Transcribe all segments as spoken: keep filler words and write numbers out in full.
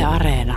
Yle Areena.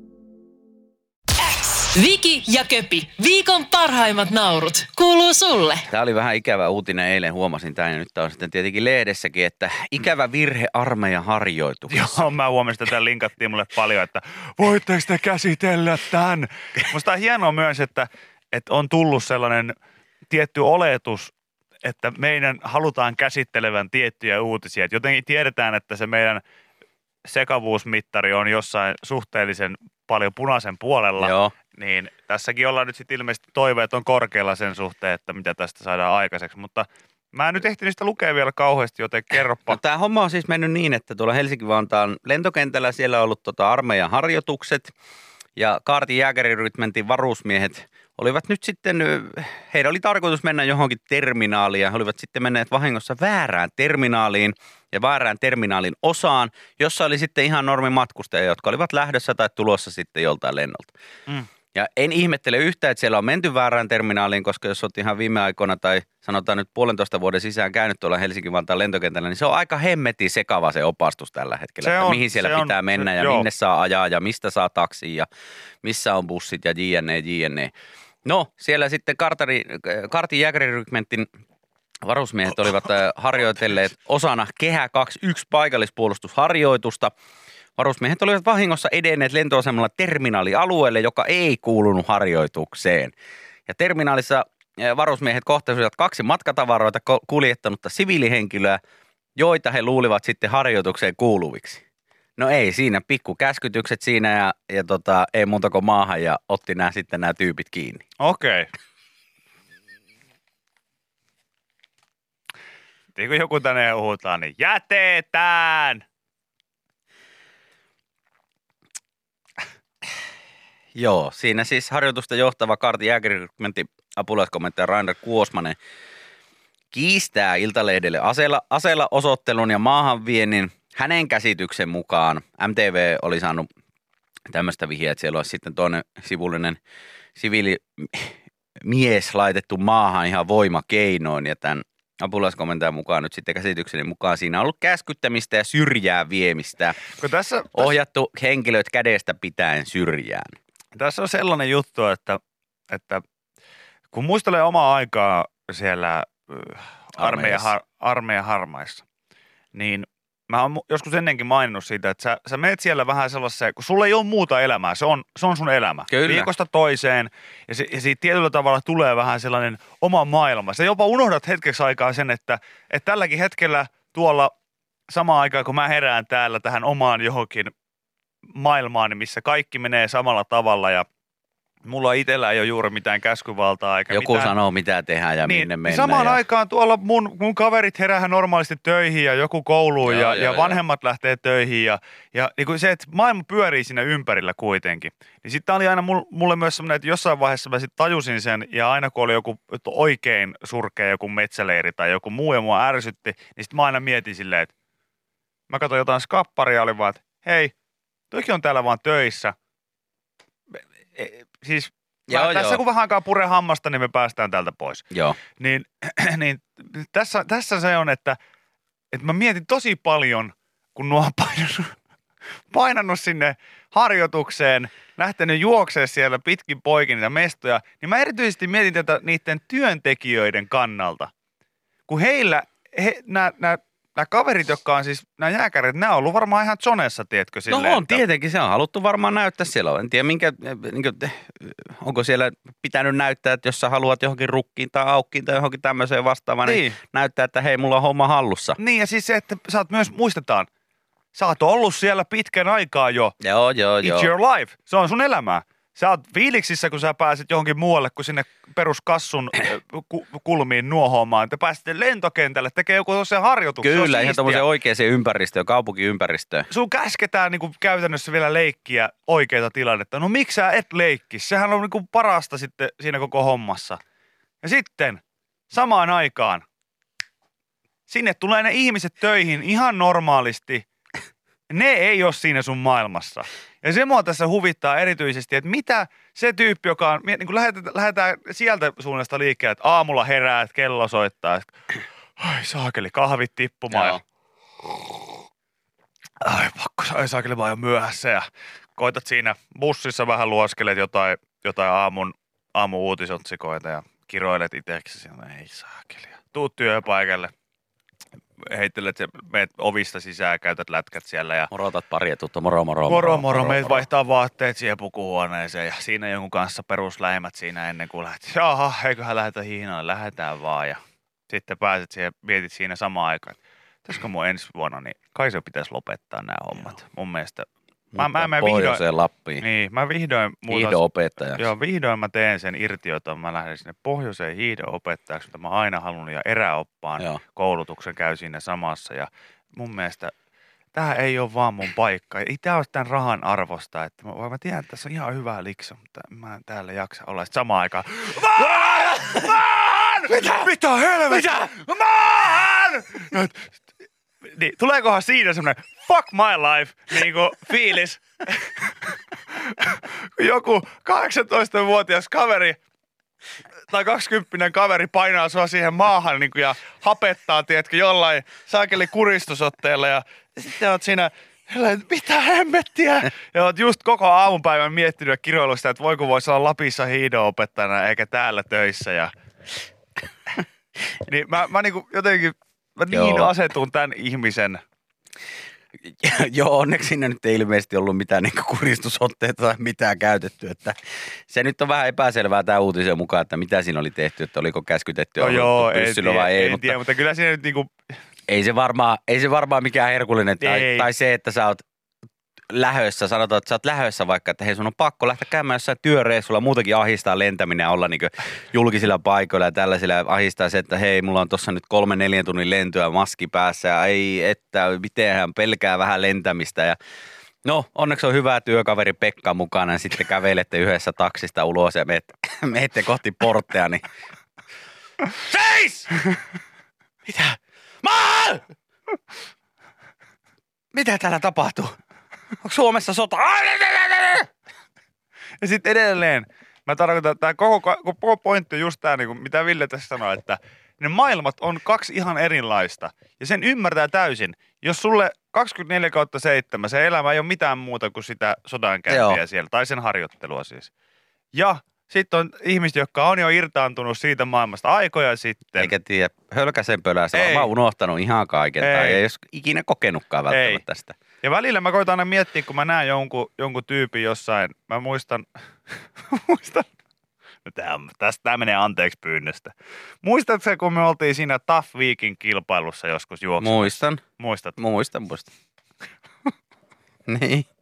Viki ja Köpi, viikon parhaimmat naurut, kuuluu sulle. Tämä oli vähän ikävä uutinen, eilen huomasin tämän ja nyt on sitten tietenkin lehdessäkin, että ikävä virhe armeijan harjoituksessa. Joo, mä huomasin, että tämän linkattiin mulle paljon, että voitteko te käsitellä tämän? Musta on hienoa myös, että, että on tullut sellainen tietty oletus, että meidän halutaan käsittelevän tiettyjä uutisia. Että jotenkin tiedetään, että se meidän sekavuusmittari on jossain suhteellisen paljon punaisen puolella. Joo. Niin tässäkin ollaan nyt sitten ilmeisesti toiveet on korkealla sen suhteen, että mitä tästä saadaan aikaiseksi. Mutta mä en nyt ehtinyt sitä lukea vielä kauheasti, joten kerropa. No, tämä homma on siis mennyt niin, että tuolla Helsinki-Vantaan lentokentällä siellä on ollut tota armeijan harjoitukset. Ja Kaartin jääkärirykmentin varusmiehet olivat nyt sitten, heidän oli tarkoitus mennä johonkin terminaaliin ja he olivat sitten menneet vahingossa väärään terminaaliin ja väärään terminaalin osaan, jossa oli sitten ihan normimatkustajia, jotka olivat lähdössä tai tulossa sitten joltain lennolta. Mm. Ja en ihmettele yhtään, että siellä on menty väärään terminaaliin, koska jos olet ihan viime aikoina tai sanotaan nyt puolentoista vuoden sisään käynyt tuolla Helsinki-Vantaan lentokentällä, niin se on aika hemmetin sekava se opastus tällä hetkellä, se että on, mihin siellä pitää on, mennä se, ja joo. minne saa ajaa ja mistä saa taksia ja missä on bussit ja jne, jne. No, siellä sitten Kartari, Kartin jääkärirykmentin varusmiehet olivat harjoitelleet osana Kehä kaksikymmentäyksi paikallispuolustusharjoitusta. Varusmiehet olivat vahingossa edenneet lentoasemalla terminaalialueelle, joka ei kuulunut harjoitukseen. Ja terminaalissa varusmiehet kohtasivat kaksi matkatavaroita kuljettanutta siviilihenkilöä, joita he luulivat sitten harjoitukseen kuuluviksi. No ei siinä, pikku käskytykset siinä ja, ja tota, ei muuta kuin maahan ja otti nämä sitten nämä tyypit kiinni. Okei. Okay. Kun joku tänne huutaa, niin jätetään! Joo, siinä siis harjoitusta johtava Kaartin jääkärirykmentin apulaiskomentaja Rainer Kuosmanen kiistää Iltalehdelle aseella, aseella osoittelun ja maahanviennin. Hänen käsityksen mukaan M T V oli saanut tämmöistä vihjeä, että siellä olisi sitten toinen sivullinen siviilimies laitettu maahan ihan voimakeinoin ja tämän apulaiskomentajan mukaan nyt sitten käsitykseni mukaan siinä on ollut käskyttämistä ja syrjää viemistä. Tässä, ohjattu tässä, henkilöt kädestä pitäen syrjään. Tässä on sellainen juttu, että, että kun muistelee omaa aikaa siellä armeijan, har, armeijan harmaissa, niin mä oon joskus ennenkin maininnut siitä, että sä, sä meet siellä vähän sellaiseen, kun sulla ei ole muuta elämää, se on, se on sun elämä. Kyllä. Viikosta toiseen ja, se, ja siitä tietyllä tavalla tulee vähän sellainen oma maailma. Sä jopa unohdat hetkeksi aikaa sen, että, että tälläkin hetkellä tuolla samaan aikaan, kun mä herään täällä tähän omaan johonkin maailmaan, missä kaikki menee samalla tavalla ja mulla itsellä ei ole juuri mitään käskyvaltaa eikä Joku mitään. sanoo, mitä tehdään ja niin, minne mennään. Samaan ja... aikaan tuolla mun, mun kaverit heräähän normaalisti töihin ja joku kouluun joo, ja, joo, ja vanhemmat joo. lähtee töihin. Ja, ja niin kuin se, että maailma pyörii siinä ympärillä kuitenkin. Niin sitten oli aina mulle myös semmoinen, että jossain vaiheessa mä sitten tajusin sen ja aina kun oli joku oikein surkea joku metsäleiri tai joku muu ja mua ärsytti, niin sitten mä aina mietin silleen, että mä katsoin jotain skapparia, oli vaan, että hei, toikin on täällä vaan töissä. Siis joo, mä, tässä joo. kun vähän aikaa puree hammasta, niin me päästään täältä pois. Joo. Niin, niin tässä, tässä se on, että, että mä mietin tosi paljon, kun nuo on painanut, painanut sinne harjoitukseen, lähtenyt juokseen siellä pitkin poikin niitä mestoja, niin mä erityisesti mietin tätä niiden työntekijöiden kannalta. Kun heillä, he, nämä, nämä Nämä kaverit, jotka on siis, nämä jääkärit, nämä on ollut varmaan ihan zonessa, tiedätkö, silleen, No on, että... tietenkin, se on haluttu varmaan näyttää siellä. En tiedä, minkä, niin kuin, onko siellä pitänyt näyttää, että jos sä haluat johonkin rukkiin tai aukkiin tai johonkin tämmöiseen vastaavaan, niin. niin näyttää, että hei, mulla on homma hallussa. Niin, ja siis se, että sä oot myös, muistetaan, sä oot ollut siellä pitkän aikaa jo. Joo, joo, It's joo. your life. Se on sun elämää. Sä oot fiiliksissä, kun sä pääset johonkin muualle kuin sinne peruskassun kulmiin nuohoamaan. Te pääsette lentokentälle, tekee joku tosiaan harjoituksen. Kyllä, ihan tommoisen oikeaan ympäristöön, kaupunkiympäristöön. Sun käsketään niin kuin käytännössä vielä leikkiä oikeita tilannetta. No miksi sä et leikki? Sehän on niin kuin parasta sitten siinä koko hommassa. Ja sitten samaan aikaan sinne tulee ne ihmiset töihin ihan normaalisti. Ne ei ole siinä sun maailmassa. Ja se mua tässä huvittaa erityisesti, että mitä se tyyppi, joka on, niin kun lähdetään, lähdetään sieltä suunnasta liikkeelle, että aamulla herää, että kello soittaa, että ai saakeli, kahvit tippumaan. Ja, ai pakko, ai saakeli, mä oon jo myöhässä ja koitat siinä bussissa vähän luoskelet jotain, jotain aamun, aamu-uutisotsikoita ja kiroilet itseksi. Ei saakeli. Tuut työpaikalle. Heittelet ja meet ovista sisään, käytät lätkät siellä ja Morotat pari etutta, moro moro. Moro moro, meet vaihtaa vaatteet siihen pukuhuoneeseen ja siinä jonkun kanssa peruslähimät siinä ennen kuin lähdet. Jaha, eiköhän lähdetä hihnaan, lähdetään vaan ja sitten pääset siihen, mietit siinä samaan aikaan. Pitäisikö mun ensi vuonna, niin kai se pitäisi lopettaa nämä hommat. Joo. Mun mielestä. Mä, mä, mä pohjoiseen Lappiin. Niin, mä vihdoin. Hiihdon-opettajaksi. Joo, vihdoin mä teen sen irtioton. Mä lähden sinne pohjoiseen hiihdon-opettajaksi, mitä mä oon aina halunnut ja eräoppaan joo. koulutuksen käy siinä samassa. Ja mun mielestä tää ei ole vaan mun paikka. Ei tää ole tämän rahan arvosta. Että mä, mä tiedän, että tässä on ihan hyvä liksa, mutta mä en täällä jaksa olla. Sitten samaan aikaan. Maan! Maan! Mitä? Mitä helvettiä? Mitä? Maan! Niin, tuleekohan siinä semmoinen fuck my life niinku fiilis, kun joku kahdeksantoistavuotias kaveri tai kaksikymppinen kaveri painaa sua siihen maahan niinku ja hapettaa, tiedätkö, jollain saakeli kuristusotteella ja sitten oot siinä, mitä hemmettiä? Ja oot just koko aamupäivän miettinyt ja kiroillut sitä, että voiko voisi olla Lapissa hiihdon-opettajana eikä täällä töissä ja niin mä, mä niinku jotenkin Mä niin Joo. asetun tämän ihmisen. Joo, onneksi siinä nyt ei ilmeisesti ollut mitään niin kuristusotteita tai mitään käytetty. Että se nyt on vähän epäselvää tämä uutisen mukaan, että mitä siinä oli tehty, että oliko käskytetty no joo, pyssyllä vai ei. En mutta, tiedä, mutta kyllä siinä nyt niinku Ei se varmaan, ei se varmaan mikään herkullinen tai, tai se, että sä oot lähössä, sanotaan, että sä oot lähössä vaikka, että hei sun on pakko lähteä käymään jossain työreissulla, muutenkin ahistaa lentäminen ja olla niin julkisilla paikoilla ja tällaisilla ja ahistaa se, että hei, mulla on tossa nyt kolme neljän tunnin lentoa maski päässä ja ei, että mitenhän pelkää vähän lentämistä ja no, onneksi on hyvä työkaveri Pekka mukana ja sitten kävelette yhdessä taksista ulos ja meette, meette kohti portteja, niin seis! Mitä? Maa! Mitä täällä tapahtuu? Onko Suomessa sota? Ja sitten edelleen, mä tarkoitan, että tämä koko, koko pointti on just tämä, niin kuin mitä Ville tässä sanoi, että ne maailmat on kaksi ihan erilaista. Ja sen ymmärtää täysin. Jos sulle kaksikymmentäneljä kautta seitsemän, se elämä ei ole mitään muuta kuin sitä sodankäyntiä siellä, tai sen harjoittelua siis. Ja sitten on ihmiset, jotka on jo irtaantunut siitä maailmasta aikoja sitten. Eikä tiedä, hölkäsen pölässä, mä oon unohtanut ihan kaiken, ei. Tai ei olisi ikinä kokenutkaan välttämättä ei. Sitä. Ja välillä mä koitan aina miettiä, kun mä näen jonkun, jonkun tyypin jossain, mä muistan, muistan, no tää, tästä tää menee anteeksi pyynnöstä. Muistatko se, kun me oltiin siinä Tough Weekin kilpailussa joskus juoksumassa? Muistan. Muistat? Muistan, muistan. Niin.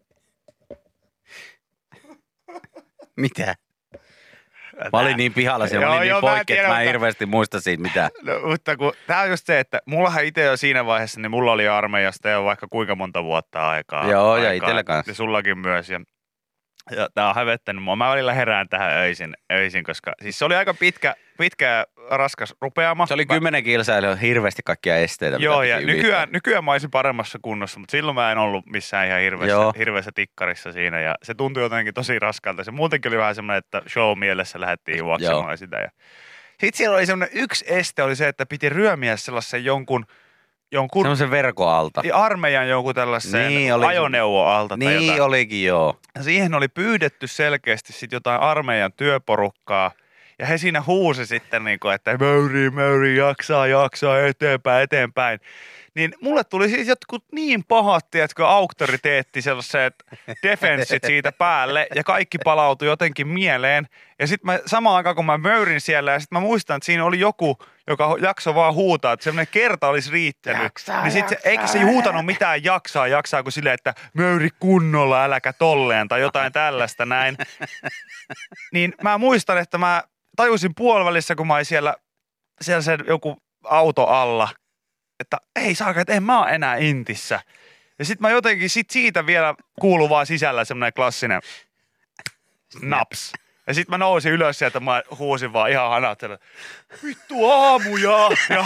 Mitä? Mä olin niin pihalla siellä, mä olin niin poikki, että mä en hirveästi muista siitä mitään. No, mutta kun, tää on just se, että mullahan itse jo siinä vaiheessa, niin mulla oli armeijasta jo vaikka kuinka monta vuotta aikaa. Joo, aikaa. ja itsellä kanssa. Ja sullakin myös. Ja, ja tää on hävettänyt mua. Mä välillä herään tähän öisin, öisin koska siis se oli aika pitkä, pitkä ja raskas rupeama. Se oli kymmenen kilsaa, eli on hirveästi kaikkia esteitä. Joo, ja nykyään, nykyään mä olisin paremmassa kunnossa, mutta silloin mä en ollut missään ihan hirveässä, hirveässä tikkarissa siinä. Ja se tuntui jotenkin tosi raskalta. Se muutenkin oli vähän semmoinen, että show mielessä lähdettiin juoksemaan sitä. Ja sitten siellä oli semmoinen yksi este, oli se, että piti ryömiä sellaisen jonkun jonkun semmoisen verkon alta. Armeijan jonkun tällaisen niin, ajoneuvon alta. Tai niin jotain. Olikin, joo. Ja siihen oli pyydetty selkeästi sit jotain armeijan työporukkaa. Ja he siinä huusi sitten, niin kuin, että Möri, Möri, jaksaa, jaksaa, eteenpäin, eteenpäin. Niin mulle tuli siis jotkut niin pahat, tiedätkö, auktoriteetti, sellaiset defenssit siitä päälle. Ja kaikki palautui jotenkin mieleen. Ja sitten mä samaan aikaan, kun mä möyrin siellä, ja sitten mä muistan, että siinä oli joku, joka jaksoi vaan huutaa, että semmoinen kerta olisi riittänyt. Jaksaa, niin sit, jaksaa, eikä se huutanut mitään jaksaa, jaksaa kuin silleen, että möyri kunnolla, äläkä tolleen, tai jotain tällaista näin. Niin mä muistan, että mä tajusin puolivälissä, kun mä olin siellä, siellä sen joku auto alla, että ei saaka, että en mä ole enää intissä. Ja sit mä jotenkin sit siitä vielä kuuluu vaan sisällä semmoinen klassinen naps. Ja sit mä nousin ylös sieltä, mä huusin vaan ihan hanat. Vittu aamuja! Ja,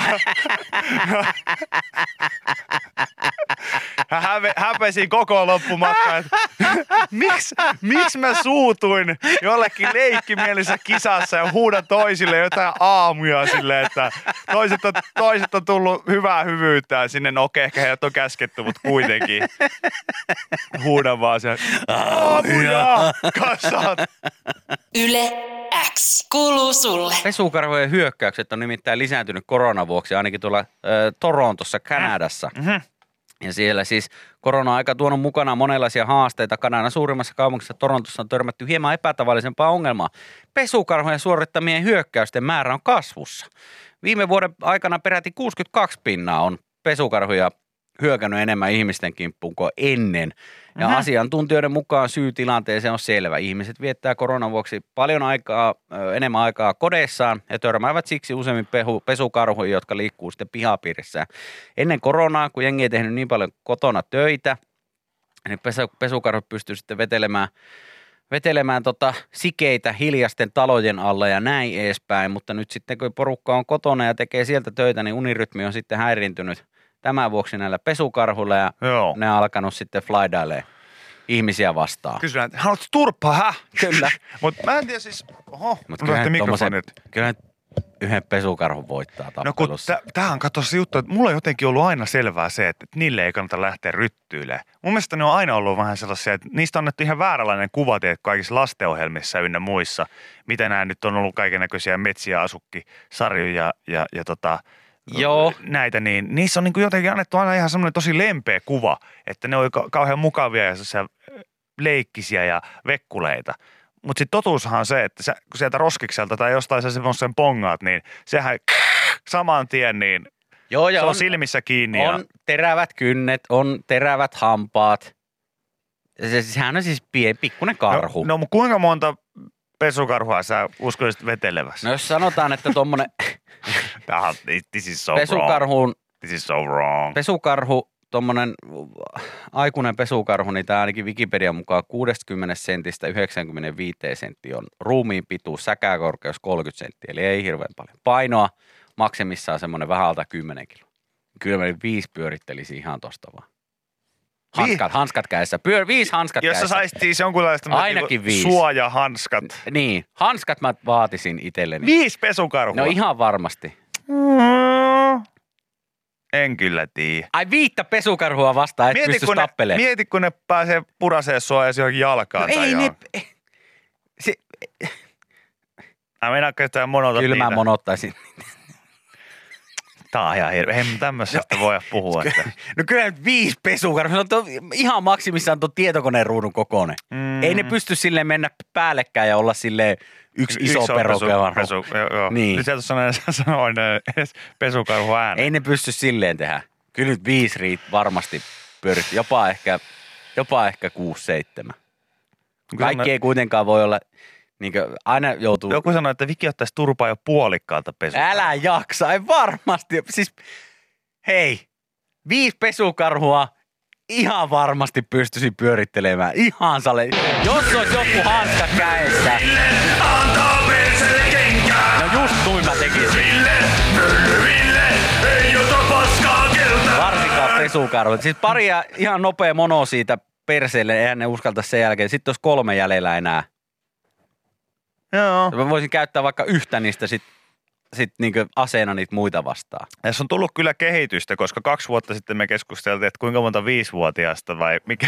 ja häve, häpesin koko loppumatkaa, että miksi miks mä suutuin jollekin leikkimielisessä kisassa ja huudan toisille jotain aamuja silleen, että toiset on, toiset on tullut hyvää hyvyyttään sinne. No okei, ehkä heidät on käsketty, mutta kuitenkin huudan vaan siellä aamuja kasat. Yle X kuuluu sulle. Pesukarhujen hyökkäykset on nimittäin lisääntynyt koronan vuoksi ainakin tuolla äh, Torontossa, Kanadassa. Mm-hmm. Ja siellä siis korona-aika tuonut mukana monenlaisia haasteita. Kanadan suurimmassa kaupungissa Torontossa on törmätty hieman epätavallisempaa ongelmaa. Pesukarhujen suorittamien hyökkäysten määrä on kasvussa. Viime vuoden aikana peräti kuusikymmentäkaksi pinnaa on pesukarhuja hyökännyt enemmän ihmisten kimppuun kuin ennen. Ja mm-hmm. asiantuntijoiden mukaan syy tilanteeseen on selvä. Ihmiset viettää koronan vuoksi paljon aikaa, enemmän aikaa kodeissaan ja törmäävät siksi useimmin pehu, pesukarhuihin, jotka liikkuu sitten pihapiirissä. Ennen koronaa, kun jengi ei tehnyt niin paljon kotona töitä, niin pesukarhut pystyy sitten vetelemään vetelemään tota sikeitä hiljasten talojen alla ja näin edespäin, mutta nyt sitten kun porukka on kotona ja tekee sieltä töitä, niin unirytmi on sitten häiriintynyt tämän vuoksi näillä pesukarhuilla ja Joo. ne on alkanut sitten flydailemaan ihmisiä vastaan. Kysytään, että haluatko turppaa, hä? Kyllä. Mutta mä en tiedä siis, oho, mutta kyllähän, kyllähän yhden pesukarhun voittaa tappelussa. No kun tämähän kato se juttu, että mulla on jotenkin ollut aina selvää se, että niille ei kannata lähteä ryttyilemään. Mun mielestä ne on aina ollut vähän sellaisia, että niistä on annettu ihan vääränlainen kuva teet kaikissa lastenohjelmissa ynnä muissa. Mitä nämä nyt on ollut kaikennäköisiä metsiä asukkisarjoja ja, ja, ja tota, Joo. näitä, niin niissä on niin kuin jotenkin annettu aina ihan semmoinen tosi lempeä kuva, että ne on kauhean mukavia ja leikkisiä ja vekkuleita. Mutta sitten totuushan on se, että sä, kun sieltä roskikselta tai jostain sä semmoisen pongaat, niin sehän saman tien niin Joo, ja se on, on silmissä kiinni. On ja terävät kynnet, on terävät hampaat. Se, sehän on siis pie, pikkuinen karhu. No, no mutta kuinka monta pesukarhua sä uskoisit vetelevässä? No jos sanotaan, että tuommoinen This is so pesukarhuun, wrong. This is so wrong. Pesukarhu, tuommoinen aikuinen pesukarhu, niin tämä ainakin Wikipedian mukaan kuusikymmentä sentistä yhdeksänkymmentäviisi senttiä on ruumiin pituus, säkäkorkeus kolmekymmentä senttiä, eli ei hirveän paljon. Painoa maksimissaan semmoinen vähän alta kymmenen kiloa. Kyllä mä viisi pyörittelisi ihan tosta vaan. Hanskat, Vi- hanskat kädessä. Pyör, viisi hanskat Jos kädessä. Jos sä saisit siis jonkunlaista ainakin viisi suojahanskat. Niin, hanskat mä vaatisin itselleni. Viisi pesukarhua? No ihan varmasti. Mm. En kyllä tiedä. Ai viittä pesukarhua vastaan, et mieti, pystyisi tappelemaan. Mieti, kun ne pääsee puraseen sua edes johonkin jalkaan. No tai ei johon. ne... Se... Mä meinaatko, että sä monotat Kyllä niitä? mä monottaisin. Tää on ihan hirveä. Ei tämmöisestä voi puhua. Että no kyllä viisi pesukarhua. Se on ihan maksimissaan tuon tietokoneen ruudun kokoinen. Mm. Ei ne pysty silleen mennä päällekkäin ja olla silleen yksi iso, iso pesukarhu. Pesu, pesu, joo, joo. Niin. Nyt sieltä sanoin edes pesukarhu äänen. Ei ne pysty silleen tehdä. Kyllä nyt viisi riit varmasti pyörit. Jopa ehkä, jopa ehkä kuusi, seitsemän. Kaikki ei kuitenkaan voi olla... Niin aina joutuu... Joku sanoi, että Viki ottaisi turpaa jo puolikkaalta pesukarhua. Älä jaksa, ei varmasti. Siis, hei, viisi pesukarhua ihan varmasti pystyisi pyörittelemään. Ihan sale. Jos olisi joku hanska kädessä. No just noin mä tekisin. Varsinkaan pesukarhua. Siis paria ihan nopea mono siitä perseelle, eihän ne uskalta sen jälkeen. Sitten olisi kolme jäljellä enää. Joo. Mä voisin käyttää vaikka yhtä niistä sit, sit niinku aseena niitä muita vastaan. Tässä on tullut kyllä kehitystä, koska kaksi vuotta sitten me keskusteltiin, että kuinka monta viisivuotiaasta vai mikä.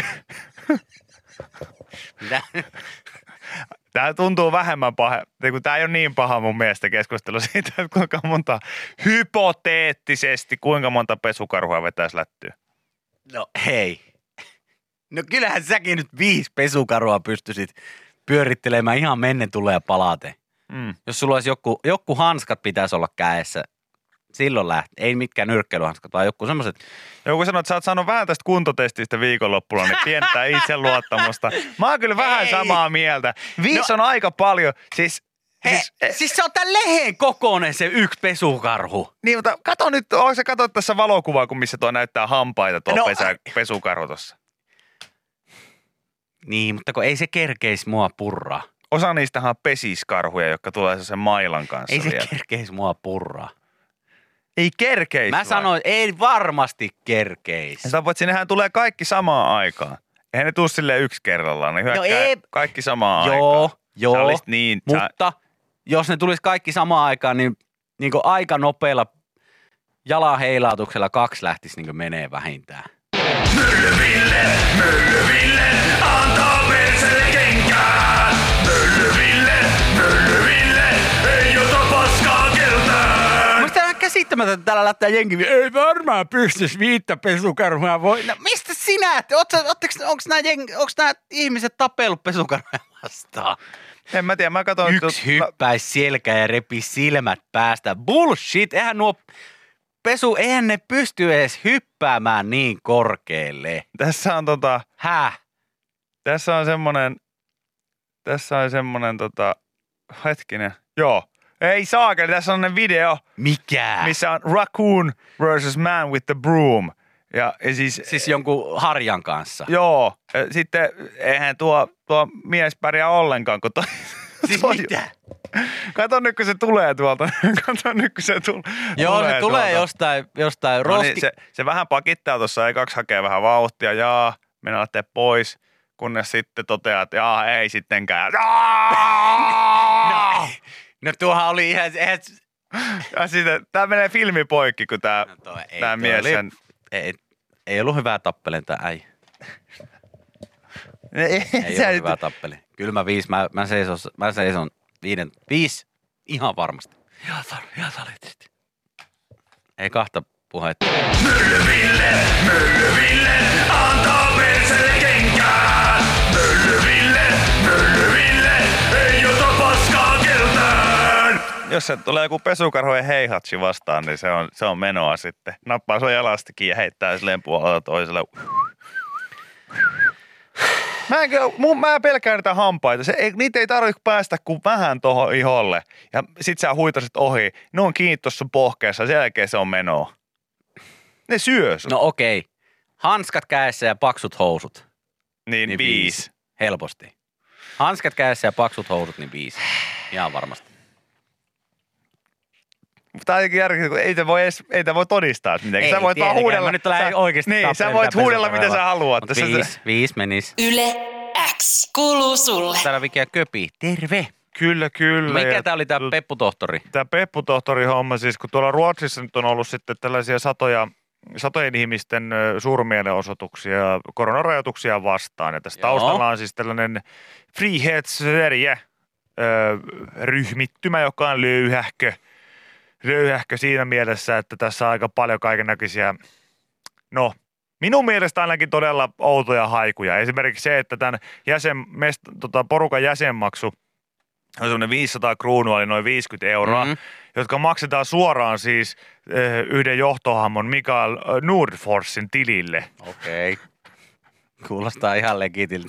Mitä? Tämä tuntuu vähemmän paha, kun tämä ei ole niin paha mun mielestä keskustelu siitä, että kuinka monta hypoteettisesti, kuinka monta pesukarhua vetäisi lättyä. No hei. No kyllähän säkin nyt viisi pesukarhua pystyisit pyörittelemään ihan mennen tulee ja palate. Mm. Jos sulla olisi joku, joku hanskat pitäisi olla kädessä, silloin lähtee. Ei mitkään nyrkkeilyhanskat, vaan joku semmoiset. Joku sanoi, että sä oot saanut vähän tästä kuntotestistä viikonloppuna, niin pientää itseluottamusta. Mä oon kyllä vähän Hei. samaa mieltä. Viisi no. on aika paljon. Siis, He, siis, siis se on tämän lehen kokoinen se yksi pesukarhu. Niin, mutta kato nyt, onko sä katsot tässä valokuvaa, kun missä tuo näyttää hampaita tuo no. pesä, pesukarhu tossa? Niin, mutta kun ei se kerkeisi mua purraa. Osa niistähän on pesiskarhuja, jotka tulee sen mailan kanssa Ei se vielä. kerkeis mua purraa. Ei kerkeis Mä vai? sanoin, ei varmasti kerkeis. Sitä paitsi nehän tulee kaikki samaan aikaan. Eihän ne tuu silleen yksi kerrallaan. Ne hyökkää ei. kaikki samaan Joo, aikaan. joo, Sä olisit niin, sä- mutta jos ne tulisi kaikki samaan aikaan, niin, niin kuin aika nopealla jalan heilautuksella kaksi lähtisi niin kuin menee vähintään. Myllyville, Myllyville, antaa perselle kenkää. Myllyville, Myllyville, ei ota paskaa keltään. Musta on käsittämätöntä, että täällä lähtee jengi. Ei varmaan pystyisi viittä pesukarhua voi. No mistä sinä? Onko nämä ihmiset tapellut pesukarhuja vastaan? En mä tiedä, mä katson... Yksi hyppäisi selkää ja repi silmät päästä. Bullshit, eihän nuo pesu, eihän ne pysty edes hyppäämään niin korkealle. Tässä on tota... Häh? Tässä on semmonen... Tässä on semmonen tota... Hetkinen. Joo. Ei saakeli, tässä on ne video, Mikä? missä on Raccoon versus Man with the Broom. Ja, ja siis... Siis jonkun harjan kanssa. Joo. ja Sitten eihän tuo, tuo mies pärjää ollenkaan, kun toi... Siis toi- mitä? Kato nyt, kun se tulee tuolta. Kato nyt, kun se tul- Joo, tulee se tulee tuolta. jostain, jostain No roski... niin, se, se vähän pakittaa tuossa, ei kaksi hakee vähän vauhtia, jaa, mennä lähtee pois, kunnes sitten toteaa, että jaa, ei sittenkään. No, no tuohan oli ihan... Eihän... Ja sitten, tää menee filmi poikki, kun tää, No toi, ei, tää toi mies oli, sen... ei, ei ollut hyvää tappelen tää äijä. Ei, Ei sä ollut nyt- hyvää tappeli. Kylmä viisi, mä, mä, seison, mä seison viiden, viisi, ihan varmasti. Ihan, tar- ihan taletisti. Ei kahta puhetta. Myllyville, Myllyville, antaa perselle kenkää. Myllyville, Myllyville, ei ota paskaa keltään. Jos se tulee joku pesukarhojen heihatsi vastaan, niin se on, se on menoa sitten. Nappaa sun jalastakin ja heittää silleen puolella toiselle. Mä, en, kyllä- mun, mä pelkään niitä hampaita. Se, ei, niitä ei tarvitse päästä kuin vähän tohon iholle. Ja sit sä huitasit ohi. Ne on kiinni tuossa pohkeessa. Sen jälkeen se on menoa. Ne syö sut. No okei. Hanskat kädessä ja paksut housut. niin, Niin viisi. Helposti. Hanskat kädessä ja paksut housut, niin viisi. Ihan varmasti. Tää on jotenkin järkeä, kun ei te voi, edes, ei te voi todistaa, että miten. Ei Sä voit vaan tietenkään, huudella. mä nyt lähden sä, oikeesti niin, sä tappelemaan voit tätä huudella, mitä sä pesukarhua. haluat. Mut Tässä- viisi, viisi menis. Yle X kuuluu sulle. Täällä Viki Köpi. Terve. Kyllä, kyllä. Mikä Ja tää oli tää Peppu-tohtori? Tämä Peppu-tohtori homma, siis kun tuolla Ruotsissa nyt on ollut sitten tällaisia satoja, satojen ihmisten ö, suurmielenosoituksia, koronarajoituksia vastaan. Ja tässä Joo. taustalla on siis tällainen Frihets-Sverige ö, ryhmittymä, joka on löyhähkö, löyhähkö siinä mielessä, että tässä on aika paljon kaikennäköisiä, no minun mielestä ainakin todella outoja haikuja. Esimerkiksi se, että tämän jäsen, mest, tota, porukan jäsenmaksu on semmoinen viisisataa kruunua, eli noin viisikymmentä euroa, Mhm. mm-hmm. jotka maksetaan suoraan siis eh, yhden johtohahmon Mikael eh, Nordforsin tilille. Okei. Okay. Kuulostaa ihan legitiltä.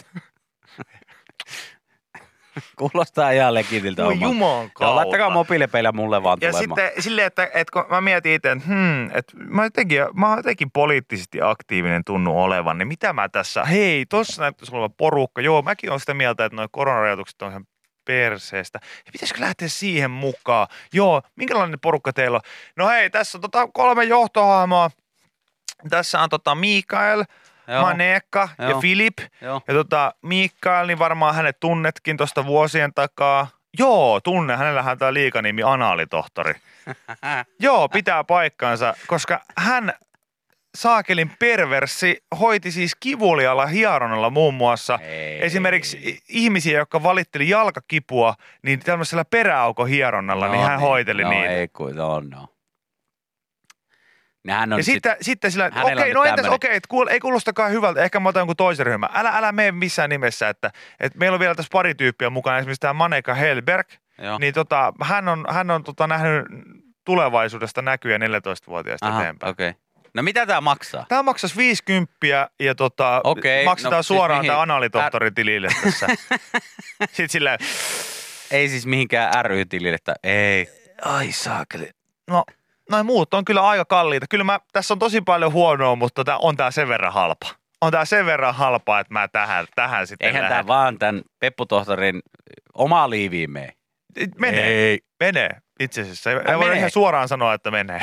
Kuulostaa ihan legitiltä. Voi hommalta. juman Joo, kautta. laittakaa mobiilepeillä mulle vaan Ja tulemaan. sitten silleen, että, että kun mä mietin itse, että, hmm, että mä, jotenkin, mä oon jotenkin poliittisesti aktiivinen tunnu olevan, niin mitä mä tässä, hei, tossa näyttäisi olevan porukka. Joo, mäkin olen sitä mieltä, että nuo koronarajoitukset on ihan perseestä. Ja pitäisikö lähteä siihen mukaan? Joo, minkälainen porukka teillä on? No hei, tässä on tota kolme johtohahmoa. Tässä on tota Mikael, Joo. Manekka ja Joo. Filip. Joo. Ja tota Mikael, niin varmaan hänet tunnetkin tuosta vuosien takaa. Joo, tunne. Hänellähän on tämä liikanimi Anaalitohtori. Joo, pitää paikkansa, koska hän saakelin perverssi hoiti siis kivulialla hieronnalla muun muassa Ei. esimerkiksi ihmisiä, jotka valitteli jalkakipua, niin tämmöisellä peräaukon hieronnalla, niin hän hoiteli no, niitä. ei kun, no, no. Nehän on Ja sit, sitten, sitten sillä, että hänellä okei, on no nyt entäs, tämmönen- okei, että kuule, ei kuulostakaan hyvältä, ehkä mä otan jonkun toisen ryhmän. Älä, älä mene missään nimessä, että, että meillä on vielä tässä pari tyyppiä mukana, esimerkiksi tämä Maneka Helberg, Joo. niin tota, hän on, hän on tota, nähnyt tulevaisuudesta näkyjä neljätoistavuotiaasta Aha, eteenpäin. okei. Okay. No mitä tää maksaa? Tämä maksaisi viisikymppiä ja tota, Okei, maksetaan no siis suoraan mihin- tämä analitohtorin tilille tässä. Sitten sillä, Ei siis mihinkään ry-tilille, että ei. ai saakeli. No, noin muut on kyllä aika kalliita. Kyllä mä, tässä on tosi paljon huonoa, mutta tää, on tää sen verran halpa. On tää sen verran halpa, että mä tähän, tähän sitten Eihän lähden. tää vaan tämän Peppu-tohtorin Oma liiviin mee. Menee. Ei. Menee. Itse asiassa. Ei Ai, voi menee. ihan suoraan sanoa, että menee.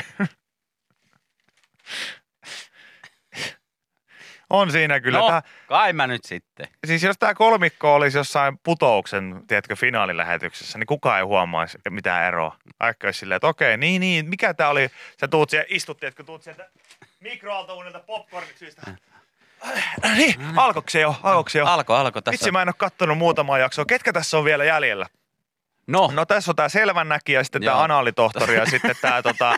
On siinä kyllä. No, Tää, kai mä nyt sitten. siis jos tämä kolmikko olisi jossain putouksen, tiedätkö, finaalilähetyksessä, niin kukaan ei huomaisi mitään eroa. Aikka olisi silleen, että okei, niin, niin, mikä tämä oli? Sä tuut siellä, istut, tiedätkö, tuut sieltä mikroaaltouunilta popcornit syystä. Niin, alkoiko se jo? Alkoiko se jo? Alko, alko tässä. Vitsi, mä en ole kattonut muutamaa jaksoa. Ketkä tässä on vielä jäljellä? No, No tässä on tää selvännäkijä, sitten Joo. tää anaalitohtori ja sitten tää tota...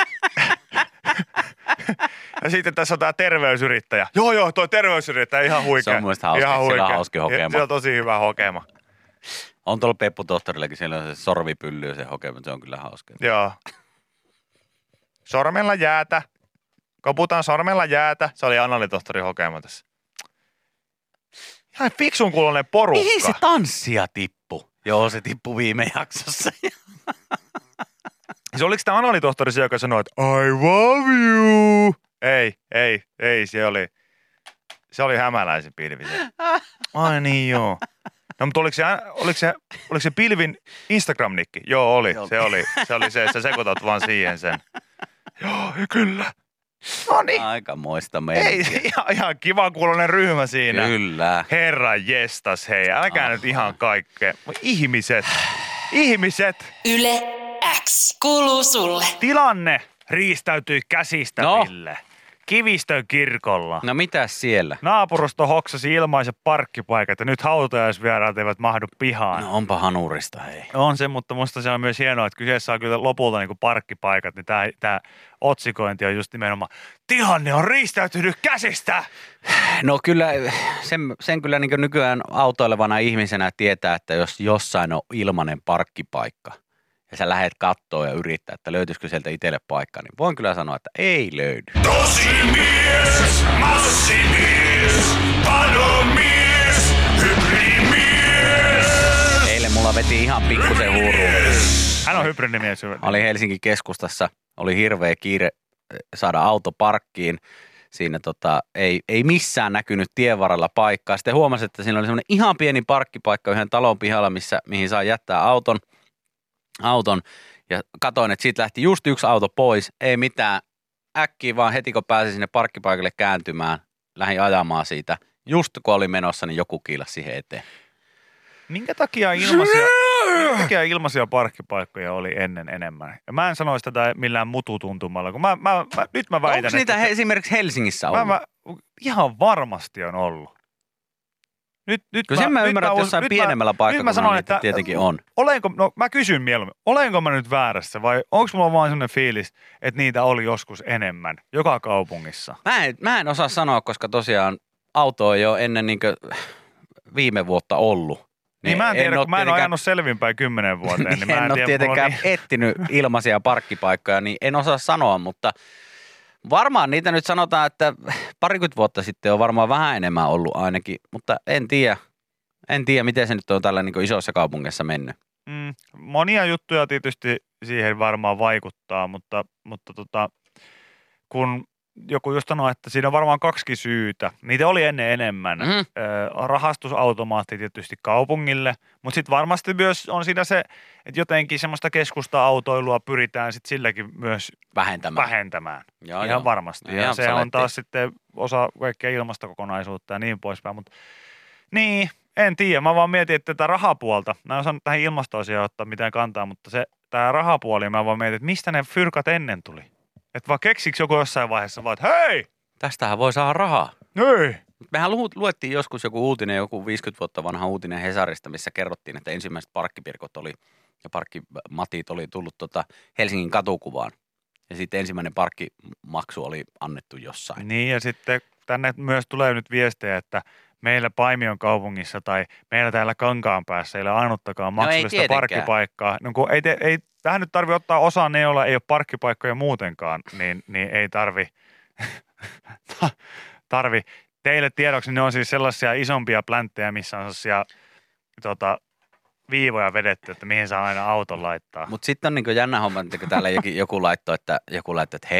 ja sitten tässä on tää terveysyrittäjä. Joo, joo, toi terveysyrittäjä ihan huikea. Se on mun mielestä hauska. Ihan Sillä on huikea. hauska hokema. Se on tosi hyvä hokema. on tuolla Peppu tohtorillakin, siellä on se sorvipylly ja se hokema, se on kyllä hauska. Joo. Sormella jäätä. Koputaan sormella jäätä. Se oli anaalitohtorin hokema tässä. Ihan fiksun kuulonen porukka. Mihin se tanssia tippu? Joo, se tippui viime jaksossa. Se oliko tämä anaalitohtori se, joka sanoi, että I love you? Ei, ei, ei, se oli, se oli hämäläisen pilvi se. Ai niin joo. No mutta oliko se, oliko se, oliko se pilvin Instagram-nikki? Joo, oli, se oli, se oli se, sä sekoitat vaan siihen sen. Joo, kyllä. No niin. Aika moista Ei, meininkiä. ihan, ihan kiva kuulonen ryhmä siinä. Kyllä. Herra jestas, hei, älkää Aha. nyt ihan kaikkea. Ihmiset, ihmiset. Yle X kuuluu sulle. Tilanne riistäytyi käsistä, No. Ville. Kivistön kirkolla. No mitäs siellä? Naapurusto hoksasi ilmaiset parkkipaikat ja nyt hautajaisvieraat eivät mahdu pihaan. No onpa hanurista, hei. On se, mutta musta se on myös hienoa, että kyseessä on kyllä lopulta niin kuin parkkipaikat, niin tämä, tämä otsikointi on just nimenomaan tilanne on riistäytynyt käsistä. No kyllä, sen, sen kyllä niin nykyään autoilevana ihmisenä tietää, että jos jossain on ilmainen parkkipaikka ja sä lähdet kattoo ja yrittää, että löytyisikö sieltä itselle paikka, niin voin kyllä sanoa, että ei löydy. Tosi mies, massimies, panomies, hybridimies. Eilen mulla veti ihan pikkusen huuruun. Hän on hybridimies. Mä olin Helsingin keskustassa, oli hirveä kiire eh, saada auto parkkiin. Siinä tota, ei, ei missään näkynyt tien varrella paikkaa. Sitten huomasin, että siinä oli semmoinen ihan pieni parkkipaikka yhden talon pihalla, missä, mihin saa jättää auton. auton. Ja katoin, että siitä lähti just yksi auto pois. Ei mitään. Äkkiä vaan heti, kun pääsin sinne parkkipaikalle kääntymään, lähdin ajamaan siitä. Just kun oli menossa, niin joku kiilasi siihen eteen. Minkä takia ilmaisia, minkä takia ilmaisia parkkipaikkoja oli ennen enemmän? Ja mä en sanoisi tätä millään mututuntumalla, kun mä, mä, mä, nyt mä väitän, Onko niitä että... he, esimerkiksi Helsingissä ollut? Mä, mä, ihan varmasti on ollut. Nyt, nyt Kyllä sen mä nyt ymmärrän, että us- jossain nyt pienemmällä mä paikkakunnalla sanon, niitä että- tietenkin on. Olenko, no mä kysyn mieluummin, olenko mä nyt väärässä vai onko mulla vaan sellainen fiilis, että niitä oli joskus enemmän joka kaupungissa? Mä en, mä en osaa sanoa, koska tosiaan auto ei ole ennen niin viime vuotta ollut. Niin mä en tiedä, oo kun mä en ole tietenkään- ajanut selvinpäin kymmenen vuoteen, niin, niin mä en, en ole tiedä, tietenkään mulla on niin- etsinyt ilmaisia parkkipaikkoja, niin en osaa sanoa, mutta varmaan niitä nyt sanotaan, että parikymmentä vuotta sitten on varmaan vähän enemmän ollut ainakin, mutta en tiedä. En tiedä, miten se nyt on tällä niin isossa kaupungissa mennyt. Mm, monia juttuja tietysti siihen varmaan vaikuttaa, mutta, mutta tota, kun joku just sanoi, että siinä on varmaan kaksi syytä. Niitä oli ennen enemmän. Mm. Ö, rahastusautomaatti tietysti kaupungille, mutta sitten varmasti myös on siinä se, että jotenkin semmoista keskusta-autoilua pyritään sitten silläkin myös Vähentämään. vähentämään. Joo, Ihan joo. varmasti. Ja Ihan se on saletti. taas sitten osa kaikkea ilmastokokonaisuutta ja niin poispäin. Mutta niin, en tiedä. Mä vaan mietin, että tätä rahapuolta, mä en osannut tähän ilmastoasiaan ottaa mitään kantaa, mutta se tämä rahapuoli, mä vaan mietin, että mistä ne fyrkat ennen tuli. Että vaan keksikö joku jossain vaiheessa vaan, että hei, Tästähän voi saada rahaa. hei. Mehän lu- luettiin joskus joku uutinen, joku viisikymmentä vuotta vanha uutinen Hesarista, missä kerrottiin, että ensimmäiset parkkipirkot oli ja parkkimatit oli tullut tota Helsingin katukuvaan. Ja sitten ensimmäinen parkkimaksu oli annettu jossain. Niin ja sitten tänne myös tulee nyt viestejä, että meillä Paimion kaupungissa tai meillä täällä Kankaanpäässä ei ole ainuttakaan No ei maksullista tietenkään. parkkipaikkaa. No kun ei, te, ei, tähän nyt tarvi ottaa osaa ne, joilla ei ole parkkipaikkoja muutenkaan, niin, niin ei tarvi, tarvi. Teille tiedoksi ne on siis sellaisia isompia plänttejä, missä on sellaisia tota, viivoja vedetty, että mihin saa aina auton laittaa. Mutta sitten on niinku jännä homma, että kun täällä joku, joku laittoi, että joku laittoi, että hei,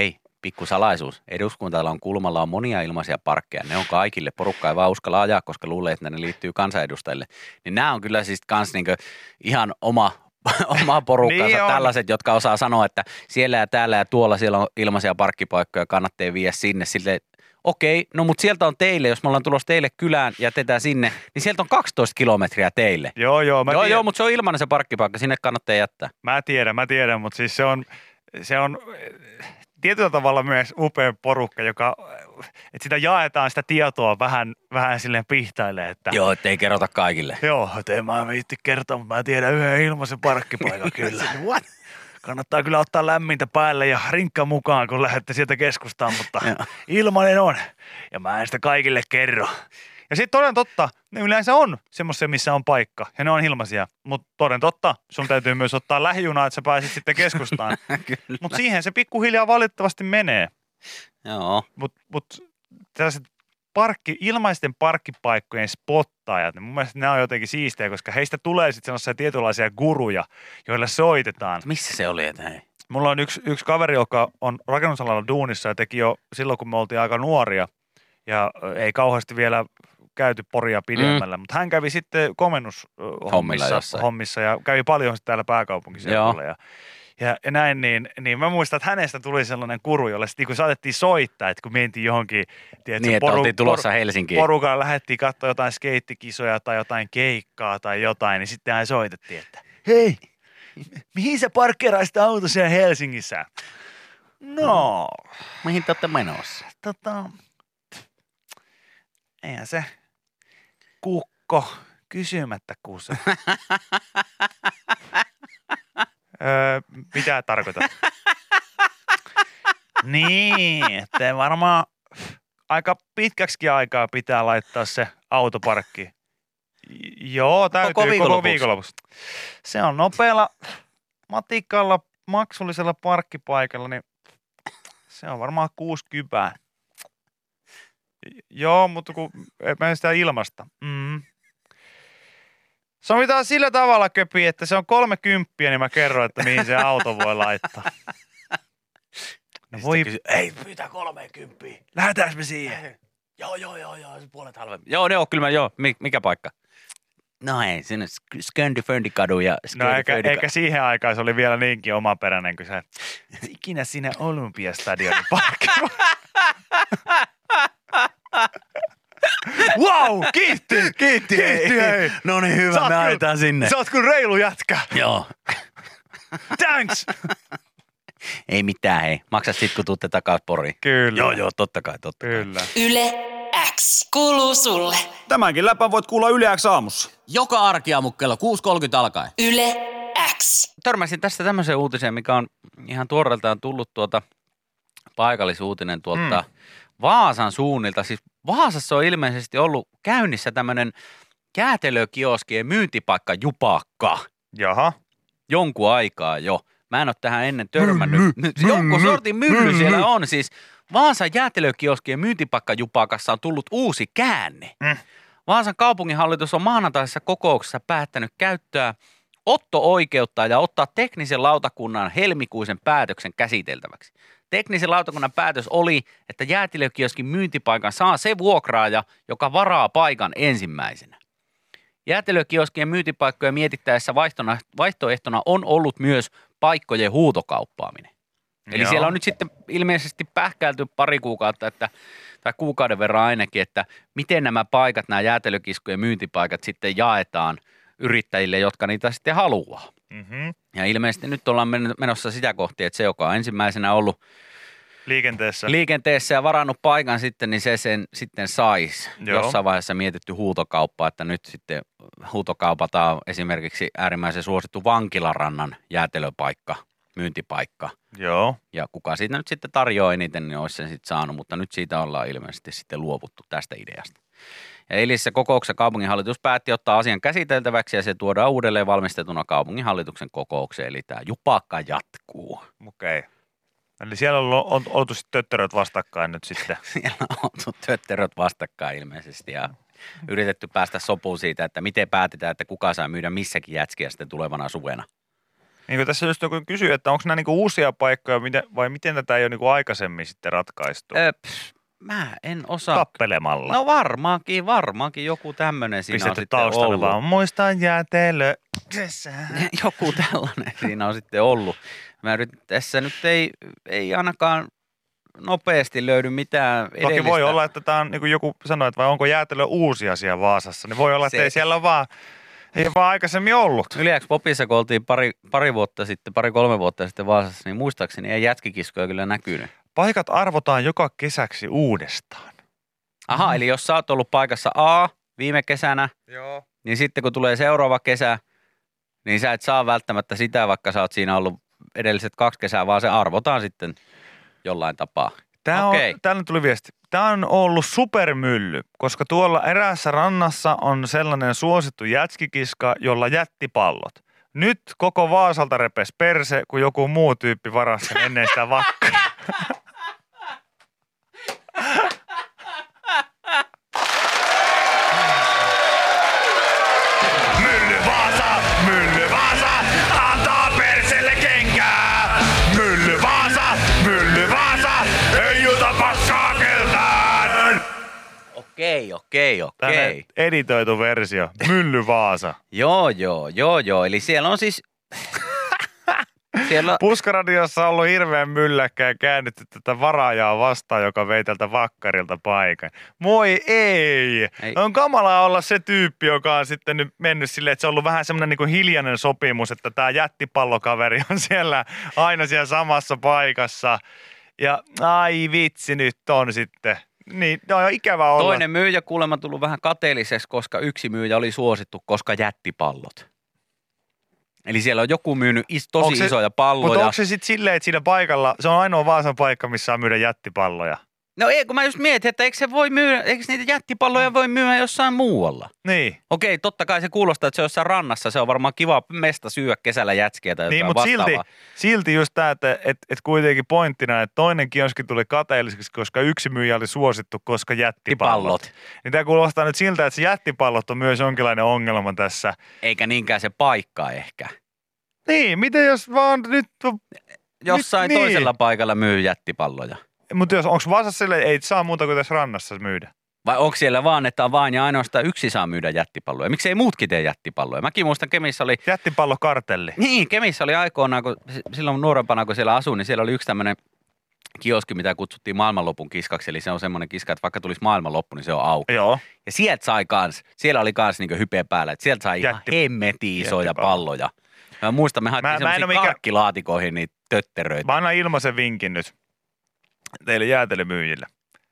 Pikkusalaisuus. Eduskuntatalon kulmalla on monia ilmaisia parkkeja. Ne on kaikille. Porukka ei vaan uskalla ajaa, koska luulee, että ne liittyy kansanedustajille. Niin nämä on kyllä siis kans niinku ihan oma, oma porukkansa. Niin on. Tällaiset, jotka osaa sanoa, että siellä ja täällä ja tuolla siellä on ilmaisia parkkipaikkoja. Kannattaa viedä sinne. Silleen, okei, no mutta sieltä on teille, jos me ollaan tulossa teille kylään ja jätetään sinne, niin sieltä on kaksitoista kilometriä teille. Joo, joo. Mä joo, tiedän, joo, mutta se on ilmainen se parkkipaikka, sinne kannattaa jättää. Mä tiedän, mä tiedän, mutta siis se on, se on tietyllä tavalla myös upea porukka, joka, että sitä jaetaan sitä tietoa vähän, vähän silleen pihtailee, että Joo, ettei kerrota kaikille. joo, että en mä viitti kertoa, mutta mä tiedän yhden ilmaisen parkkipaikan kyllä. What? Kannattaa kyllä ottaa lämmintä päälle ja rinkka mukaan, kun lähdette sieltä keskustaan, mutta ilmainen on. Ja mä en sitä kaikille kerro. Ja sitten toden totta, ne yleensä on semmoisia, missä on paikka, ja ne on ilmaisia. Mutta toden totta, sun täytyy myös ottaa lähijunaa, että sä pääsit sitten keskustaan. Mutta siihen se pikkuhiljaa valitettavasti menee. Joo. Mutta mut, tällaiset parkki, ilmaisten parkkipaikkojen spottajat, niin mun mielestä ne on jotenkin siistejä, koska heistä tulee sitten sellaisia tietynlaisia guruja, joilla soitetaan. Missä se oli, että hei? Mulla on yksi, yksi kaveri, joka on rakennusalalla duunissa ja teki jo silloin, kun me oltiin aika nuoria ja ei kauheasti vielä käyty Poria pidemmällä, mm. mutta hän kävi sitten komennushommissa hommissa ja kävi paljon sitten täällä pääkaupunkiseudulla ja, ja, ja näin, niin, niin mä muistan, että hänestä tuli sellainen kuru, jolle sitten kun saatettiin soittaa, että kun mentiin johonkin, tiedätkö, niin, että poru, oltiin tulossa por, Helsinkiin. Porukalla lähdettiin katsoa jotain skeittikisoja tai jotain keikkaa tai jotain, niin sitten hän soitettiin, että hei, mihin sä parkkeeraisit auto siellä Helsingissä? No. Mihin te olette menossa? Tota, eihän se kukko kysymättä kuuse. öö, mitä tarkoitat? Niin, että varmaan aika pitkäksi aikaa pitää laittaa se autoparkki. Joo, täytyy koko viikonlopuksi. Koko viikonlopuksi. Se on nopealla matikalla maksullisella parkkipaikalla, niin se on varmaan kuusikymmentä. Joo, mutta kun mä en sitä ilmasta. Mm. Sovitaan sillä tavalla, Köpi, että se on kolmekymppiä, niin mä kerron, että mihin se auto voi laittaa. No voi... Kysy, ei, pyytää kolmekymppiä. Lähdetäänkö me siihen? Joo, joo, joo, joo, se puolet halvemmin. Joo, ne on kyllä, joo. Mikä paikka? No ei, siinä on Sköndi-Föndi-kadu ja No eikä, eikä siihen aikaan se oli vielä niinkin omaperäinen kuin se ikinä siinä Olympiastadionin parkki. Wow, kiitti! Kiitti, kiitti hei. No niin, hyvä, me ajetaan sinne. Sä oot kyllä reilu jätkä. Joo. Thanks! Ei mitään, hei. Maksa sit, kun tuutte takaisin Poriin. Kyllä. Joo, joo, totta kai, totta Kyllä. kai. Yle X kuuluu sulle. Tämänkin läpän voit kuulla Yle X aamussa. Joka arkiaamu kello kuusi kolmekymmentä alkaen. Yle X. Törmäsin tästä tämmöiseen uutiseen, mikä on ihan tuoreeltaan tullut tuota paikallisuutinen tuolta mm. Vaasan suunnilta. Siis Vaasassa on ilmeisesti ollut käynnissä tämmöinen jäätelökioskien myyntipaikka Jupakka. Jaha. Jonkun aikaa jo. Mä en ole tähän ennen törmännyt. Jonkun sortin mylly siellä on. Siis Vaasan jäätelökioskien myyntipaikka Jupakassa on tullut uusi käänne. Mm. Vaasan kaupunginhallitus on maanantaisessa kokouksessa päättänyt käyttää otto-oikeutta ja ottaa teknisen lautakunnan helmikuisen päätöksen käsiteltäväksi. Teknisen lautakunnan päätös oli, että jäätelökioskin myyntipaikan saa se vuokraaja, joka varaa paikan ensimmäisenä. Jäätelökioskien myyntipaikkoja mietittäessä vaihtoehtona on ollut myös paikkojen huutokauppaaminen. Eli Joo. siellä on nyt sitten ilmeisesti pähkäilty pari kuukautta, että, tai kuukauden verran ainakin, että miten nämä paikat, nämä jäätelökiskojen myyntipaikat sitten jaetaan yrittäjille, jotka niitä sitten haluaa. Mm-hmm. Ja ilmeisesti nyt ollaan menossa sitä kohti, että se, joka on ensimmäisenä ollut Liikenteessä. liikenteessä ja varannut paikan sitten, niin se sen sitten saisi. Joo. Jossain vaiheessa mietitty huutokauppaa, että nyt sitten huutokaupataan esimerkiksi äärimmäisen suosittu Vankilarannan jäätelöpaikka, myyntipaikka. Joo. Ja kuka siitä nyt sitten tarjoaa eniten, niin olisi sen sitten saanut, mutta nyt siitä ollaan ilmeisesti sitten luovuttu tästä ideasta. Ja eilisessä kokouksessa kaupunginhallitus päätti ottaa asian käsiteltäväksi ja se tuodaan uudelleen valmistetuna kaupunginhallituksen kokoukseen, eli tämä Jupakka jatkuu. Okei. Okay. Eli siellä on, on oltu sitten töttöröt vastakkain nyt sitten. Siellä on oltu tötteröt vastakkain ilmeisesti ja yritetty päästä sopuun siitä, että miten päätetään, että kuka saa myydä missäkin jätskiä sitten tulevana suvena. Niin kuin tässä just joku kysyy, että onko nämä niinku uusia paikkoja miten, vai miten tätä ei ole niinku aikaisemmin sitten ratkaistu? Öö, pff, mä en osaa. Tappelemalla. No varmaankin, varmaankin joku tämmöinen siinä Pistetty on sitten taustalle ollut. vaan, muistan jäätelö. Joku tällainen siinä on sitten ollut. Mä yritin, tässä nyt ei, ei ainakaan nopeasti löydy mitään edellistä. Toki voi olla, että tämä on, niin kuin joku sanoi, että vai onko jäätelö uusi asia Vaasassa, niin voi olla, että Se- ei siellä ole vaan, ei vaan aikaisemmin ollut. Yliäks Popissa, kun oltiin pari, pari vuotta sitten, pari-kolme vuotta sitten Vaasassa, niin muistaakseni ei jätkikiskoja kyllä näkynyt. Paikat arvotaan joka kesäksi uudestaan. Aha, eli jos sä oot ollut paikassa A viime kesänä, Joo. niin sitten kun tulee seuraava kesä, niin sä et saa välttämättä sitä, vaikka sä oot siinä ollut edelliset kaksi kesää, vaan se arvotaan sitten jollain tapaa. Tämä Okei. on, täällä tuli viesti. Tämä on ollut supermylly, koska tuolla eräässä rannassa on sellainen suosittu jätskikiska, jolla jättipallot. Nyt koko Vaasalta repes perse, kun joku muu tyyppi varasi sen ennen sitä vakkaria. Mylly Vaasa, Mylly Vaasa, antaa perselle kenkää. Mylly Vaasa, Mylly Vaasa, ei juta paskaa keltään. Okei, okei, okei. Tänne editoitu versio. Mylly Vaasa. Joo, joo, joo, joo. Eli siellä on siis... siellä... Puskaradiossa on ollut hirveän mylläkkä ja käännetty tätä varaajaa vastaan, joka vei tältä vakkarilta paikan. Moi ei. Ei. On kamalaa olla se tyyppi, joka on sitten nyt mennyt silleen, että se on ollut vähän semmoinen niin kuin hiljainen sopimus, että tämä jättipallokaveri on siellä aina siellä samassa paikassa. Ja ai vitsi, nyt on sitten. Niin, no ikävä olla. Toinen myyjä kuulemma tullut vähän kateelliseksi, koska yksi myyjä oli suosittu, koska jättipallot. Eli siellä on joku myynyt is, tosi Onko se- isoja palloja. Mutta onko se sitten silleen, että siinä paikalla, se on ainoa Vaasan paikka, missä saa myydä jättipalloja? No ei, kun mä just mietin, että eikö se voi myydä, eikö niitä jättipalloja voi myydä jossain muualla? Niin. Okei, totta kai se kuulostaa, että se on jossain rannassa. Se on varmaan kiva mesta syödä kesällä jätskiä tai Niin, jotain mutta silti, vastaavaa. silti just tämä, että et, et kuitenkin pointtina, että toinen kioski tuli kateelliseksi, koska yksi myyjä oli suosittu, koska jättipallot. Jättipallot. Niin tämä kuulostaa nyt siltä, että se jättipallot on myös jonkinlainen ongelma tässä. Eikä niinkään se paikka ehkä. Niin, miten jos vaan nyt, Jossain niin. toisella paikalla myy jättipalloja. mutta jos onko Vaasassa silleen, ei saa muuta kuin tässä rannassa myydä. Vai onko siellä vaan, että on vain ja ainoastaan yksi saa myydä jättipalloja? Miksi ei muutkin tee jättipalloja? Mäkin muistan Kemissä oli, Jättipallokartelli. niin Kemissä oli aikoinaan, kun silloin nuorempana kun siellä asuin, niin siellä oli yksi tämmöinen kioski, mitä kutsuttiin maailmanlopun kiskaksi. Eli se on semmoinen kiska, että vaikka tulisi maailmanloppu, niin se on auki. Joo. Ja sieltä sai kans, siellä oli kans niinku hype päällä, että sieltä sai ihan Jätti- hemmetin isoja jättipallo. palloja. Mä muistan, me Mä- haettiin mä en oo semmoisiin mikä- karkkilaatikoihin niitä tötteröitä. Mä annan ilmaisen vinkin nyt teille jäätelömyyjille.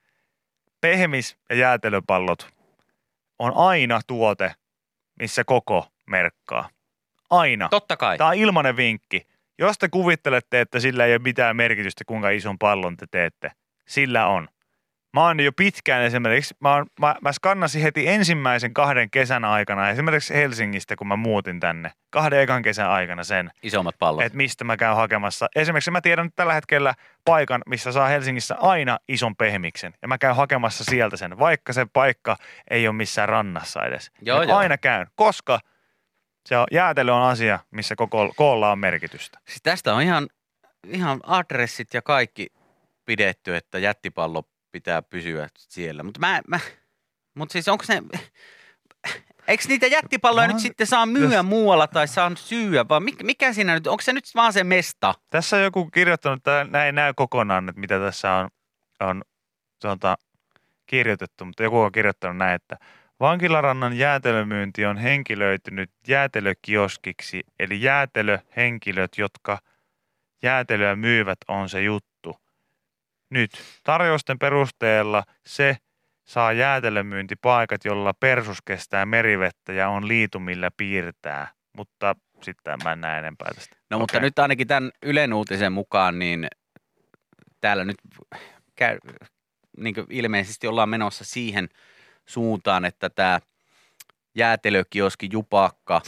Pehmis- ja jäätelöpallot on aina tuote, missä koko merkkaa. Aina. Totta kai. Tämä on ilmainen vinkki. Jos te kuvittelette, että sillä ei ole mitään merkitystä, kuinka ison pallon te teette, sillä on. Mä oon jo pitkään esimerkiksi, mä, oon, mä, mä skannasin heti ensimmäisen kahden kesän aikana, esimerkiksi Helsingistä, kun mä muutin tänne, kahden ekan kesän aikana sen, Isommat pallot. että mistä mä käyn hakemassa. Esimerkiksi mä tiedän nyt tällä hetkellä paikan, missä saa Helsingissä aina ison pehmiksen. Ja mä käyn hakemassa sieltä sen, vaikka se paikka ei ole missään rannassa edes. Joo, Mä joo. aina käyn, koska se on, jäätelö on asia, missä koko, koolla on merkitystä. Siis tästä on ihan, ihan adressit ja kaikki pidetty, että jättipallo pitää pysyä siellä. Mutta mä, mä mut siis onko ne, eikö niitä jättipalloja Mä- nyt sitten saa myyä jos- muualla tai saa syödä, vai mikä, mikä siinä nyt, onko se nyt vaan se mesta? Tässä on joku kirjoittanut, että näin ei näy kokonaan, että mitä tässä on, on sanotaan, kirjoitettu, mutta joku on kirjoittanut näin, että vankilarannan jäätelömyynti on henkilöitynyt jäätelökioskiksi, eli jäätelöhenkilöt, jotka jäätelöä myyvät, on se juttu. Nyt tarjousten perusteella se saa jäätelömyyntipaikat, jolla persus kestää merivettä ja on liitu, millä piirtää, mutta sitten mä en näe enempää tästä. No mutta Okei. nyt ainakin tämän Ylen uutisen mukaan, niin täällä nyt käy, niin kuin ilmeisesti ollaan menossa siihen suuntaan, että tämä jäätelökioski Jupakka,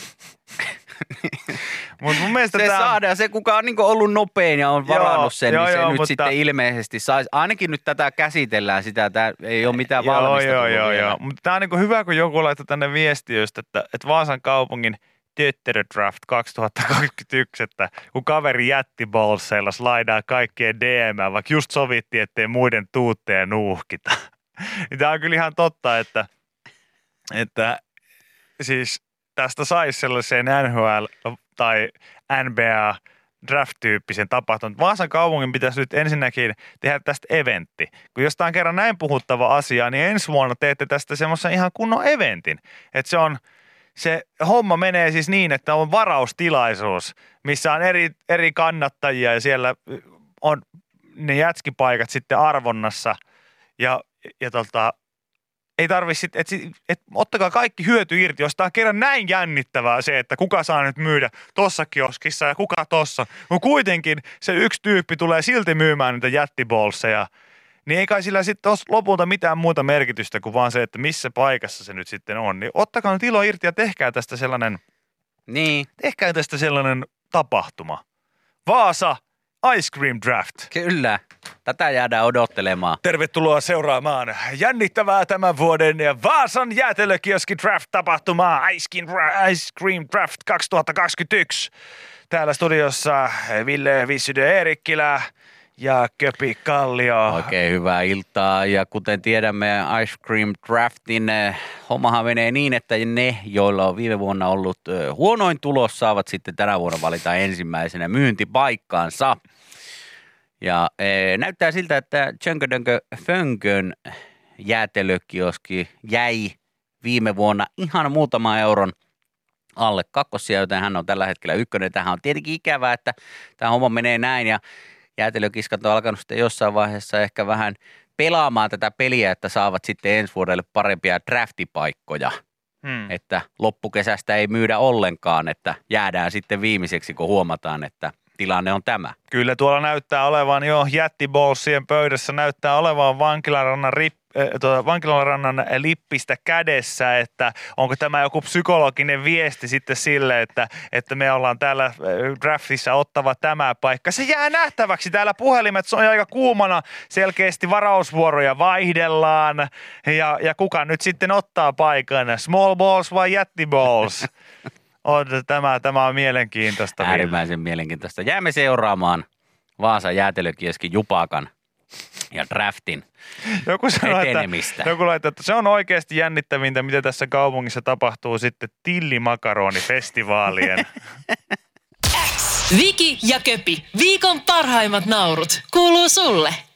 Mut mun mielestä se tää on- saadaan, se kuka on niin kuin ollut nopein ja on Joo, varannut sen, joo, niin se joo, nyt mutta- sitten ilmeisesti saisi, ainakin nyt tätä käsitellään sitä, tämä ei ole mitään valmista Joo, joo, tullut joo, vielä. joo. Mutta tämä on niinku hyvä, kun joku laittoi tänne viestiä just, että, että Vaasan kaupungin Tötterö-draft kaksituhattakaksikymmentäyksi, että kun kaveri jättiballseilla slaidaa kaikkien D M:ään, vaikka just sovittiin, ettei muiden tuutteja nuuhkita. Niin tämä on kyllä ihan totta, että, että siis tästä saisi sellaiseen N H L tai N B A draft-tyyppisen tapahtuman. Vaasan kaupungin pitäisi nyt ensinnäkin tehdä tästä eventti. Kun jos tämä on kerran näin puhuttava asia, niin ensi vuonna teette tästä semmoisen ihan kunnon eventin. Että se on, se homma menee siis niin, että on varaustilaisuus, missä on eri, eri kannattajia ja siellä on ne jätskipaikat sitten arvonnassa ja, ja tota, ei tarvitse sitten, että et, ottakaa kaikki hyöty irti, jos tämä on kerran näin jännittävää se, että kuka saa nyt myydä tossa kioskissa ja kuka tossa. Mutta kuitenkin se yksi tyyppi tulee silti myymään niitä jättibolseja, niin ei kai sillä sitten ole lopulta mitään muuta merkitystä kuin vaan se, että missä paikassa se nyt sitten on. Niin ottakaa nyt ilo irti ja tehkää tästä sellainen, Niin, tehkää tästä sellainen tapahtuma. Vaasa Ice Cream Draft. kyllä. Tätä jäädään odottelemaan. Tervetuloa seuraamaan jännittävää tämän vuoden Vaasan jäätelökioski Draft-tapahtumaa Ice Cream, Ice Cream Draft kaksituhattakaksikymmentäyksi. Täällä studiossa Ville Vissydö Eerikkilä ja Köpi Kallio. Oikein hyvää iltaa ja kuten tiedämme Ice Cream Draftin eh, hommahan menee niin, että ne, joilla on viime vuonna ollut eh, huonoin tulos, saavat sitten tänä vuonna valita ensimmäisenä myyntipaikkaansa. Ja e, näyttää siltä, että Tjönködönkö Fönkön jäätelökioski jäi viime vuonna ihan muutama euron alle kakkosia, joten hän on tällä hetkellä ykkönen. Tähän on tietenkin ikävää, että tämä homma menee näin ja jäätelökiskat on alkanut sitten jossain vaiheessa ehkä vähän pelaamaan tätä peliä, että saavat sitten ensi vuodelle parempia draftipaikkoja. Hmm. Että loppukesästä ei myydä ollenkaan, että jäädään sitten viimeiseksi, kun huomataan, että tilanne on tämä. Kyllä tuolla näyttää olevan jo jättiballsien pöydässä, näyttää olevan vankilarannan, rip, äh, tuota, vankilarannan lippistä kädessä, että onko tämä joku psykologinen viesti sitten sille, että, että me ollaan täällä draftissa ottava tämä paikka. Se jää nähtäväksi. Täällä puhelimet on aika kuumana, selkeästi varausvuoroja vaihdellaan ja, ja kuka nyt sitten ottaa paikan, small balls vai jättiballs? On, tämä, tämä on mielenkiintoista. Äärimmäisen mielenkiintoista. Jäämme seuraamaan Vaasan jäätelökioski Jupakan ja draftin joku sanoi, etenemistä. Että, joku laittaa, että se on oikeasti jännittävintä, mitä tässä kaupungissa tapahtuu sitten tillimakaronifestivaalien. Viki ja Köpi, viikon parhaimmat naurut, kuuluu sulle.